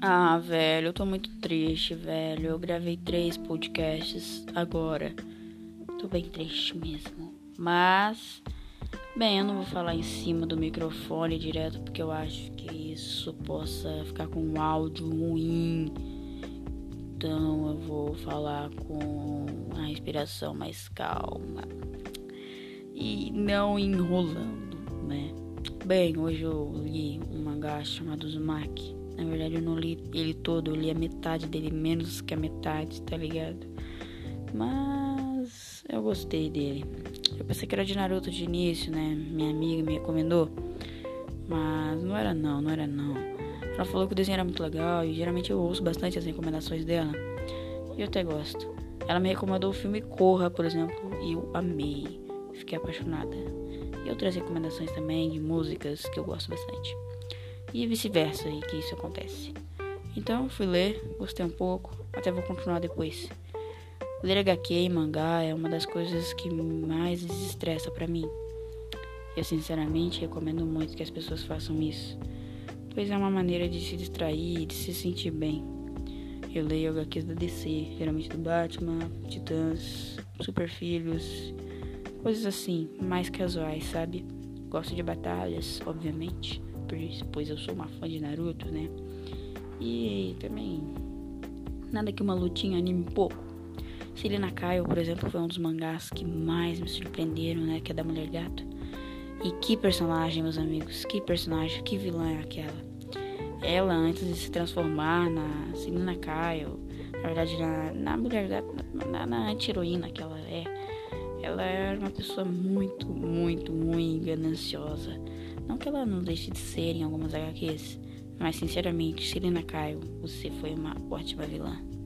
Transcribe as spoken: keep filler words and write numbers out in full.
Ah, velho, eu tô muito triste, velho. Eu gravei três podcasts agora. Tô bem triste mesmo. Mas, bem, eu não vou falar em cima do microfone direto porque eu acho que isso possa ficar com um áudio ruim. Então eu vou falar com a respiração mais calma e não enrolando, né? Bem, hoje eu li um mangá chamado Uzumaki. Na verdade eu não li ele todo, eu li a metade dele, menos que a metade, tá ligado? Mas eu gostei dele. Eu pensei que era de Naruto de início, né? Minha amiga me recomendou. Mas não era não, não era não. Ela falou que o desenho era muito legal e geralmente eu ouço bastante as recomendações dela. E eu até gosto. Ela me recomendou o filme Corra, por exemplo, e eu amei. Fiquei apaixonada. E outras recomendações também de músicas que eu gosto bastante. E vice-versa, aí que isso acontece. Então fui ler, gostei um pouco, até vou continuar depois. Ler H Q e mangá é uma das coisas que mais desestressa pra mim. Eu sinceramente recomendo muito que as pessoas façam isso, pois é uma maneira de se distrair e de se sentir bem. Eu leio H Qs da D C, geralmente do Batman, Titãs, Super Filhos, coisas assim, mais casuais, sabe? Gosto de batalhas, obviamente, pois eu sou uma fã de Naruto, né? E também nada que uma lutinha anime um pouco. Selina Kyle, por exemplo, foi um dos mangás que mais me surpreenderam, né? Que é da Mulher Gato. E que personagem, meus amigos, que personagem, que vilã é aquela? Ela, antes de se transformar na Selina Kyle, na verdade na, na Mulher Gato, na, na anti-heroína que ela é, ela era uma pessoa muito, muito, muito gananciosa. Não que ela não deixe de ser em algumas H Qs, mas sinceramente, Selina Kyle, você foi uma ótima vilã.